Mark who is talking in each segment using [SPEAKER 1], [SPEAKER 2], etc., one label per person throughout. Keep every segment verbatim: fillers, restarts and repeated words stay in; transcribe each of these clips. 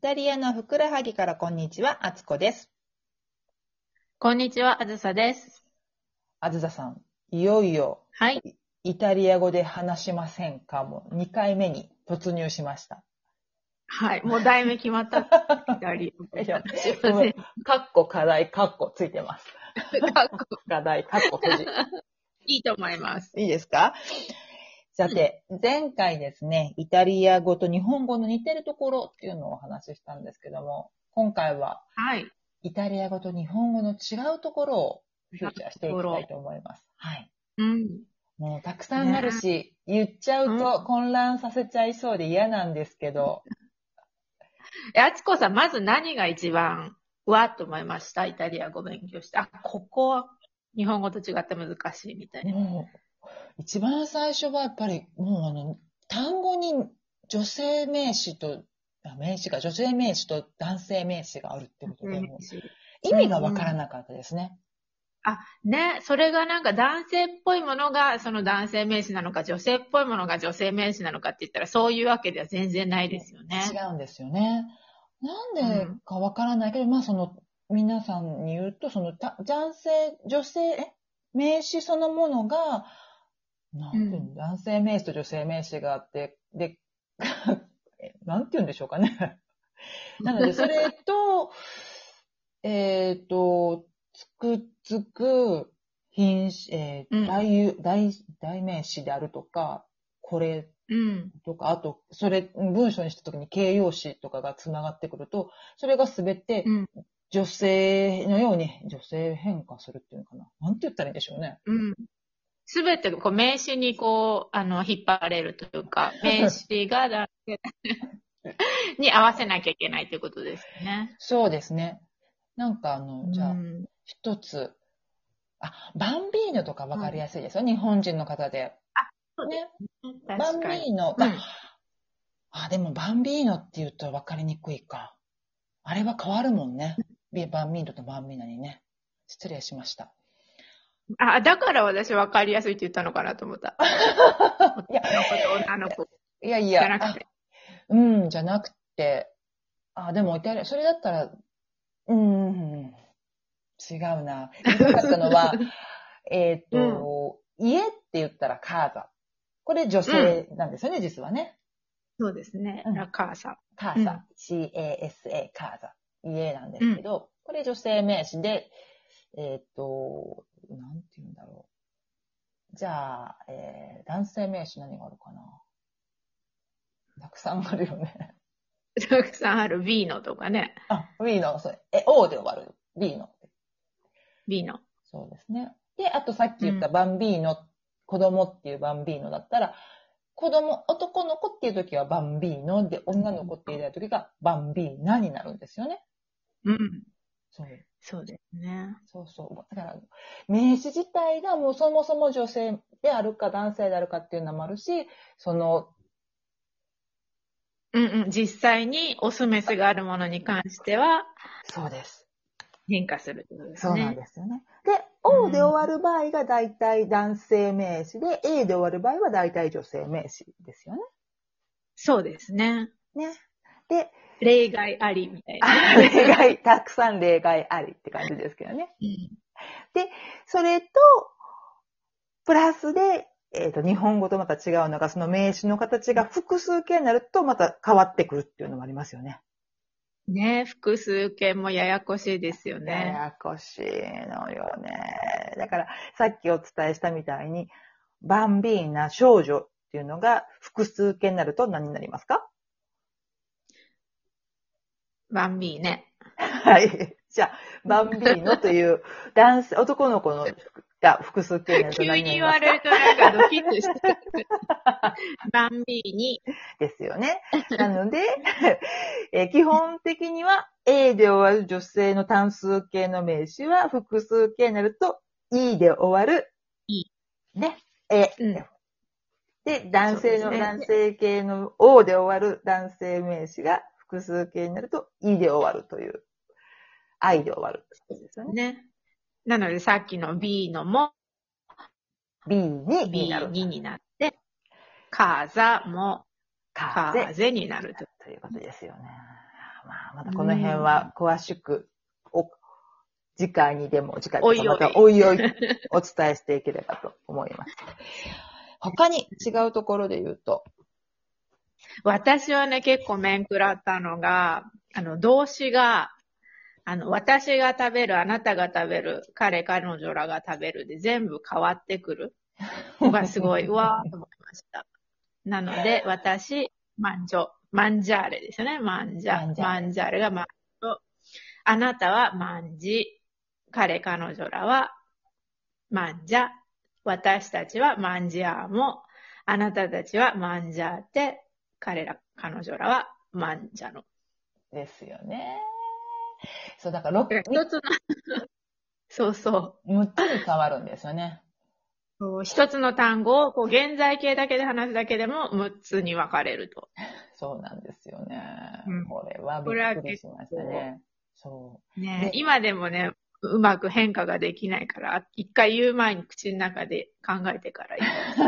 [SPEAKER 1] タリアのふくらはぎからこんにちは、あつこです。
[SPEAKER 2] こんにちは、あずさです。
[SPEAKER 1] あずささん、いよいよ、
[SPEAKER 2] はい。
[SPEAKER 1] イタリア語で話しませんかもにかいめに突入しました。
[SPEAKER 2] はい。もう題名決まった。イタリア語で
[SPEAKER 1] いや、
[SPEAKER 2] 話しません。
[SPEAKER 1] カッコ課題、カッコついてます。
[SPEAKER 2] かっこ
[SPEAKER 1] 課題、カッコ閉じ。
[SPEAKER 2] いいと思います。
[SPEAKER 1] いいですか？さて、前回ですね、イタリア語と日本語の似てるところっていうのをお話ししたんですけども、今回は
[SPEAKER 2] はい。
[SPEAKER 1] イタリア語と日本語の違うところをフューチャーしていきたいと思います。はい。
[SPEAKER 2] うん。
[SPEAKER 1] もうたくさんあ
[SPEAKER 2] ね
[SPEAKER 1] るし、言っちゃう
[SPEAKER 2] うん。
[SPEAKER 1] と混乱させちゃいそうで嫌なんですけど、
[SPEAKER 2] え、あつこさん、まず何が一番、うわっと思いました？イタリア語勉強して。あ、ここは日本語と違って難しいみたいな。
[SPEAKER 1] もう一番最初はやっぱりもうあの、単語に女性名詞と、あ名詞が女性名詞と男性名詞があるってことで、もう意
[SPEAKER 2] うん
[SPEAKER 1] 味がわか
[SPEAKER 2] うん。
[SPEAKER 1] らなかったですね。
[SPEAKER 2] あ、ね、それがなんか男性っぽいものがその男性名詞なのか、女性っぽいものが女性名詞なのかって言ったら、そういうわけでは全然ないですよね。
[SPEAKER 1] 違うんですよね。なんで
[SPEAKER 2] うん。
[SPEAKER 1] かわからないけど、まあその、皆さんに言うと、その、た男性、女性、え名詞そのものが、なんていうの、
[SPEAKER 2] うん。
[SPEAKER 1] 男性名詞と女性名詞があって、で、なんて言うんでしょうかね。なので、それと、えっと、つくつく、品詞、えー、
[SPEAKER 2] うん。
[SPEAKER 1] 代代、代名詞であるとか、これ
[SPEAKER 2] うん。
[SPEAKER 1] とか、あと、それ、文章にしたときに形容詞とかがつながってくると、それがすべて
[SPEAKER 2] うん。
[SPEAKER 1] 女性のように、女性変化するっていうのかな。なんて言ったらいいんでしょうね。
[SPEAKER 2] うん。すべてこう名詞にこう、あの、引っ張られるというか、名詞が男性に合わせなきゃいけないということですね。
[SPEAKER 1] そうですね。なんかあ
[SPEAKER 2] う
[SPEAKER 1] の、じゃあ、
[SPEAKER 2] ん。
[SPEAKER 1] 一つ、あ、バンビーノとかわかり
[SPEAKER 2] うん。
[SPEAKER 1] やすいですよ。日本人の方で。
[SPEAKER 2] あ、そうで
[SPEAKER 1] ね。
[SPEAKER 2] すね。
[SPEAKER 1] バン
[SPEAKER 2] 確かに。
[SPEAKER 1] ビーノが、
[SPEAKER 2] うん。
[SPEAKER 1] あ、でもバンビーノって言うとわかりにくいか。あれは変わるもんね。ビバンビーノとバンビーノにね。失礼しました。
[SPEAKER 2] あ、だから私分かりやすいって言ったのかなと思った。
[SPEAKER 1] いや、
[SPEAKER 2] 男の子と女の子
[SPEAKER 1] いやいや、あ、
[SPEAKER 2] じゃなくて。
[SPEAKER 1] うん、じゃなくて、あ、でもイタリア、それだったら、うん、違うな。言いたかったのは、えっ
[SPEAKER 2] うん。
[SPEAKER 1] と、家って言ったらカーザ。これ女
[SPEAKER 2] うん。
[SPEAKER 1] 性なんですよね、実はね。
[SPEAKER 2] そうですね。
[SPEAKER 1] うん。
[SPEAKER 2] ラカーサ。
[SPEAKER 1] カーザ。
[SPEAKER 2] うん。
[SPEAKER 1] シーエーエスエー、カーザ。家なんで
[SPEAKER 2] うん。
[SPEAKER 1] すけど、これ女性名詞で、えっと、なんて言うんだろう。じゃあ、えー、男性名詞何があるかな。たくさんあるよね。
[SPEAKER 2] たくさんある B のとかね。
[SPEAKER 1] あ、B の、それ、え、O で終わる。B の。
[SPEAKER 2] B の。
[SPEAKER 1] そうですね。で、あとさっき言った
[SPEAKER 2] うん。
[SPEAKER 1] バンビーノ、子供っていうバンビーノだったら、子供、男の子っていう時はバンビーノで、女の子って言いたい時がバンビーナになるんですよね。
[SPEAKER 2] うん。
[SPEAKER 1] そう。
[SPEAKER 2] そうですね。
[SPEAKER 1] そうそう。だから、名詞自体がもうそもそも女性であるか男性であるかっていうのもあるし、その、
[SPEAKER 2] うんうん。実際にオスメスがあるものに関しては
[SPEAKER 1] そうです。
[SPEAKER 2] 変化するってことです
[SPEAKER 1] そうなん
[SPEAKER 2] ね。
[SPEAKER 1] ですよね。で、
[SPEAKER 2] う
[SPEAKER 1] O で終
[SPEAKER 2] ん。
[SPEAKER 1] わる場合が大体男性名詞で、A で終わる場合は大体女性名詞ですよね。
[SPEAKER 2] そうですね。
[SPEAKER 1] ね。で、
[SPEAKER 2] 例外ありみたいな。
[SPEAKER 1] あ例外、たくさん例外ありって感じですけどね。
[SPEAKER 2] うん。
[SPEAKER 1] で、それと、プラスで、えっと、日本語とまた違うのが、その名詞の形が複数形になるとまた変わってくるっていうのもありますよね。
[SPEAKER 2] ね、複数形もややこしいですよ
[SPEAKER 1] や
[SPEAKER 2] ね。
[SPEAKER 1] やこしいのよね。だから、さっきお伝えしたみたいに、バンビーナ、少女っていうのが複数形になると何になりますか？
[SPEAKER 2] バンビーね。
[SPEAKER 1] はい。じゃあ、バンビーノという男性、男の子のが複数形になると
[SPEAKER 2] 急
[SPEAKER 1] 何になりますか？
[SPEAKER 2] に言われるとなんかドキッとして。バンビーに。
[SPEAKER 1] ですよね。なので、えー基本的には A で終わる女性の単数形の名詞は複数形になると E で終わる、
[SPEAKER 2] いい。
[SPEAKER 1] ね、A。
[SPEAKER 2] うん。
[SPEAKER 1] で、男
[SPEAKER 2] そうで
[SPEAKER 1] 性の、
[SPEAKER 2] すね。
[SPEAKER 1] 男性形の O で終わる男性名詞が複数形になると E で終わるという、I で終わる
[SPEAKER 2] そうで
[SPEAKER 1] ですよね。
[SPEAKER 2] すね。なのでさっきの B のも
[SPEAKER 1] B ににな
[SPEAKER 2] ビーツー
[SPEAKER 1] る。
[SPEAKER 2] になって、カーザもカー
[SPEAKER 1] 風
[SPEAKER 2] ゼになると。
[SPEAKER 1] ということですよね。 まあ、またこの辺は詳しく、お、次回にでも、次回とか
[SPEAKER 2] おいおい
[SPEAKER 1] またおいおいお伝えしていければと思います。他に違うところで言うと。
[SPEAKER 2] 私はね、結構面食らったのが、あの、動詞が、あの、私が食べる、あなたが食べる、彼、彼女らが食べるで全部変わってくるのがすごい、うわーと思いました。なので、私、マンジョ、マンジャーレですよね。マンジャ、
[SPEAKER 1] マンジャーレ
[SPEAKER 2] マンジャーレがマンジョ。あなたはマンジ、彼、彼女らはマンジャ、私たちはマンジャーも、あなたたちはマンジャーテ、彼ら、彼女らはマンジャの。
[SPEAKER 1] ですよね。そう、だから
[SPEAKER 2] だから一つの、そうそ
[SPEAKER 1] むっつに変わるんですよね。
[SPEAKER 2] う。一つの単語を、こう、現在形だけで話すだけでもむっつに分かれると。
[SPEAKER 1] そうなんですよね。
[SPEAKER 2] うん
[SPEAKER 1] これはび
[SPEAKER 2] これは
[SPEAKER 1] っくり
[SPEAKER 2] 結
[SPEAKER 1] しましたね。そう。
[SPEAKER 2] ね、
[SPEAKER 1] で、
[SPEAKER 2] 今でもね、うまく変化ができないから、一回言う前に口の中で考えてから言います。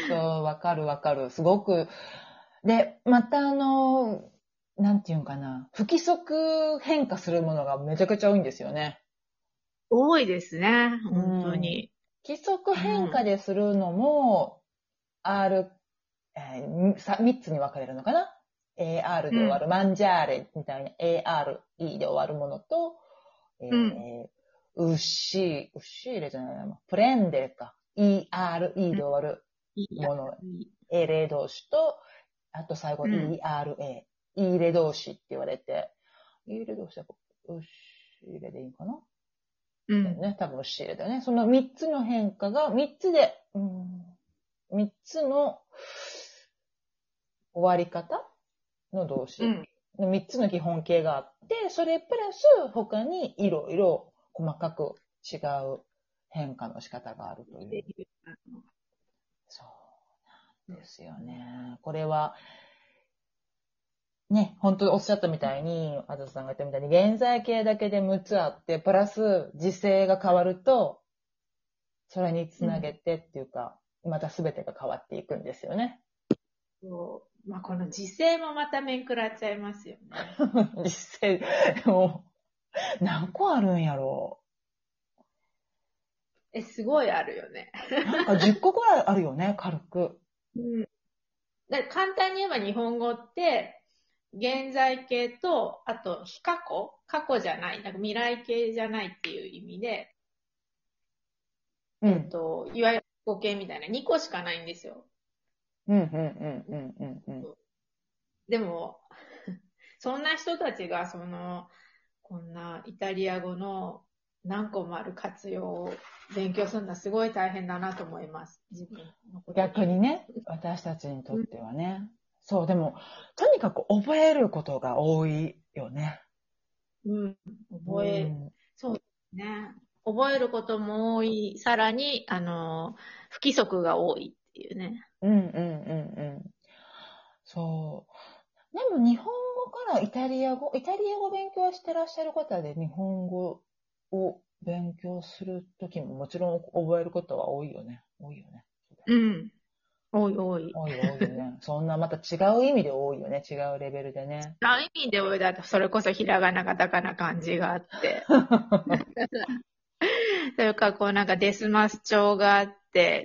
[SPEAKER 1] そう、わかるわかる。すごく。で、またあの、なんていうんかな。不規則変化するものがめちゃくちゃ多いんですよね。
[SPEAKER 2] 多いですね、本当に。
[SPEAKER 1] 規則変化でするのも、R、えー、さみっつに分かれるのかな。エーアール で終わる、マンジャーレみたいな エーアールイー で終わるものと、えー、
[SPEAKER 2] うん。
[SPEAKER 1] ウッシー、ウッシーレじゃないな、プレンデルか。イーアールイー で終わる
[SPEAKER 2] いいや。
[SPEAKER 1] もの、
[SPEAKER 2] いい
[SPEAKER 1] エレ動詞と、あと最後
[SPEAKER 2] うん
[SPEAKER 1] イーアールエー、イーレ動詞って言われて、イーレ動詞だと、ウッシーレでいいのかな。
[SPEAKER 2] うん。
[SPEAKER 1] だよね。多分ウッシーレだよね。そのみっつの変化がみっつで、うん、みっつの終わり方の動詞。
[SPEAKER 2] うん。
[SPEAKER 1] みっつの基本形があって、それプラス他にいろいろ細かく違う変化の仕方があるという。そうなんですよね。これは、ね、本当におっしゃったみたいに、あずさんが言ったみたいに、現在形だけでむっつあって、プラス時勢が変わると、それにつなげてっていうか、また全てが変わっていくんですよね。
[SPEAKER 2] そうまあ、この時勢もまた面食らっちゃいますよね。
[SPEAKER 1] 時勢、もう、何個あるんやろ
[SPEAKER 2] え、すごいあるよね。
[SPEAKER 1] う。なんかじゅっこぐらいあるよね、軽く。
[SPEAKER 2] うん。だから簡単に言えば日本語って、現在形と、あと非過去過去じゃない。なんか未来形じゃないっていう意味で、
[SPEAKER 1] うん。
[SPEAKER 2] えっと、いわゆる語形みたいなにこしかないんですよ。
[SPEAKER 1] うん、うん、うん、うん、うんうん。
[SPEAKER 2] でも、そんな人たちが、その、こんなイタリア語の何個もある活用を勉強するのはすごい大変だなと思います。自分のこと。
[SPEAKER 1] 逆にね、私たちにとってはね。そう、でも、とにかく覚えることが多いよね。
[SPEAKER 2] うん。覚え、
[SPEAKER 1] うん、
[SPEAKER 2] そうですね。覚えることも多い。さらに、あの、不規則が多いっていうね。
[SPEAKER 1] うん、うん、うん、うん。そう。でも日本語からイタリア語、イタリア語勉強してらっしゃる方で日本語を勉強するときももちろん覚えることは多いよね。多いよね。
[SPEAKER 2] うん。多い多い。
[SPEAKER 1] 多い多いよね。そんなまた違う意味で多いよね。違うレベルでね。
[SPEAKER 2] ある意味で多いだと、それこそひらがなが高な感じがあって。それからこうなんかデスマス調があって、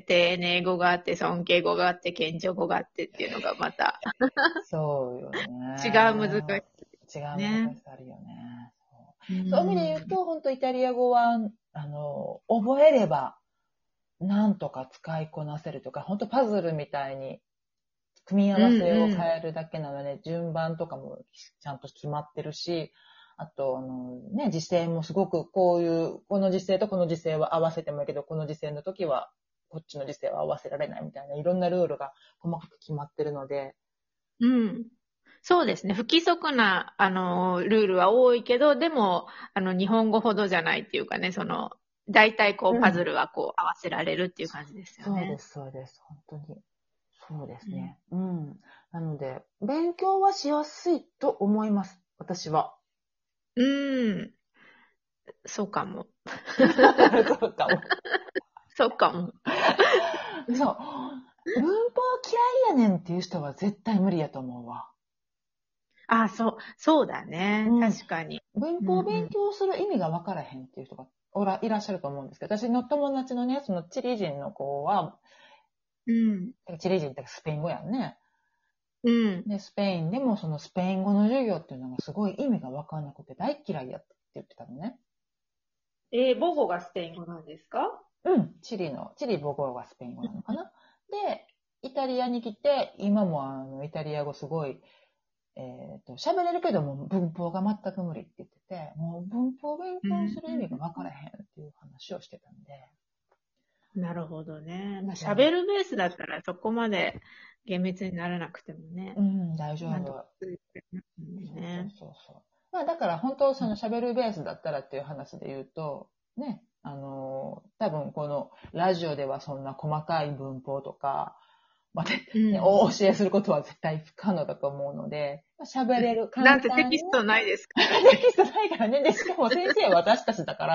[SPEAKER 2] 丁寧語があって、尊敬語があって、謙譲語があってっていうのがまた
[SPEAKER 1] そうよね。
[SPEAKER 2] 違う難し
[SPEAKER 1] 違う難
[SPEAKER 2] ね。
[SPEAKER 1] しさあるよね。
[SPEAKER 2] う
[SPEAKER 1] そういう意味で言うと、本当イタリア語は、あの、覚えれば、なんとか使いこなせるとか、本当パズルみたいに、組み合わせを変えるだけなので、順番とかもちゃんと決まってるし、あと、あの、ね、時制もすごくこういう、この時制とこの時制は合わせてもいいけど、この時制の時は、こっちの時制は合わせられないみたいな、いろんなルールが細かく決まってるので。
[SPEAKER 2] うん。そうですね。不規則な、あの、ルールは多いけど、でも、あの、日本語ほどじゃないっていうかね、その、大体こう、パズルはこう、合わせられるっていう感じですよね。
[SPEAKER 1] そうです、そうです。本当に。そうですね。うん。うん、なので、勉強はしやすいと思います。私は。
[SPEAKER 2] うーん。そうかも。
[SPEAKER 1] そうかも。
[SPEAKER 2] そうかも。
[SPEAKER 1] そう。文法嫌いやねんっていう人は絶対無理やと思うわ。
[SPEAKER 2] あ、そう、そうだね。
[SPEAKER 1] うん
[SPEAKER 2] 確かに。
[SPEAKER 1] 文法を勉強する意味が分からへんっていう人がおらいらっしゃると思うんですけど、私の友達のね、そのチリ人の子は、
[SPEAKER 2] うん。
[SPEAKER 1] チリ人ってスペイン語やんね。
[SPEAKER 2] うん。
[SPEAKER 1] で、スペインでもそのスペイン語の授業っていうのがすごい意味が分からなくて大嫌いやって言ってたのね。
[SPEAKER 2] えー、母語がスペイン語なんですか？
[SPEAKER 1] うん。チリの、チリ母語がスペイン語なのかな。で、イタリアに来て、今もあの、イタリア語すごい、えっと、喋れるけども文法が全く無理って言ってて、もう文法を勉強する意味が分からへんっていう話をしてたんで。
[SPEAKER 2] なるほどね。まあ、
[SPEAKER 1] そう
[SPEAKER 2] 喋るベースだったらそこまで厳密にならなくてもね。
[SPEAKER 1] うん、大丈
[SPEAKER 2] なんとか
[SPEAKER 1] 夫。
[SPEAKER 2] 続いてるんで
[SPEAKER 1] そう
[SPEAKER 2] ね。
[SPEAKER 1] そうそうそう。まあだから本当その喋るベースだったらっていう話で言うと、ね、あのー多分このラジオではそんな細かい文法とか、まあ、ね、
[SPEAKER 2] うん。
[SPEAKER 1] お教えすることは絶対不可能だと思うので、喋れる、
[SPEAKER 2] なんて
[SPEAKER 1] 簡単に、ね。
[SPEAKER 2] テキストないですか？
[SPEAKER 1] テキストないからね。で、しかも先生は私たちだから。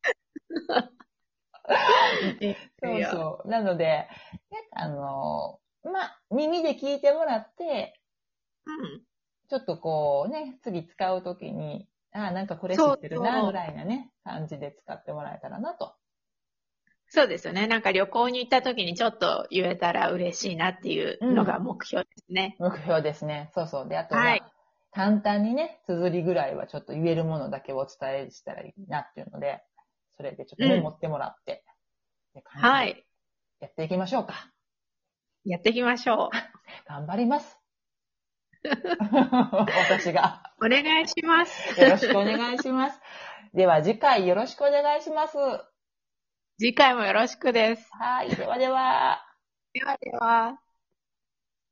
[SPEAKER 2] い
[SPEAKER 1] そう
[SPEAKER 2] や。
[SPEAKER 1] そう。なので、ね、あのーまあ、耳で聞いてもらって、
[SPEAKER 2] うん。
[SPEAKER 1] ちょっとこうね、次使うときに、ああ、なんかこれ知
[SPEAKER 2] そう
[SPEAKER 1] ってるな、ぐ
[SPEAKER 2] そう。
[SPEAKER 1] らいなね、感じで使ってもらえたらなと。
[SPEAKER 2] そうですよね。なんか旅行に行った時にちょっと言えたら嬉しいなっていう
[SPEAKER 1] うん。
[SPEAKER 2] のが目標ですね。
[SPEAKER 1] 目標ですね。そうそう。で、あとま
[SPEAKER 2] はい。
[SPEAKER 1] あ、簡単にね、綴りぐらいはちょっと言えるものだけお伝えしたらいいなっていうので、それでちょっと
[SPEAKER 2] うん。
[SPEAKER 1] メモってもらって、って感じで
[SPEAKER 2] はい。
[SPEAKER 1] やっていきましょうか。
[SPEAKER 2] やっていきましょ
[SPEAKER 1] 頑張ります。私が。
[SPEAKER 2] う。お願いします。
[SPEAKER 1] よろしくお願いします。では次回よろしくお願いします。
[SPEAKER 2] 次回もよろしくです。
[SPEAKER 1] はい。ではでは。
[SPEAKER 2] ではでは。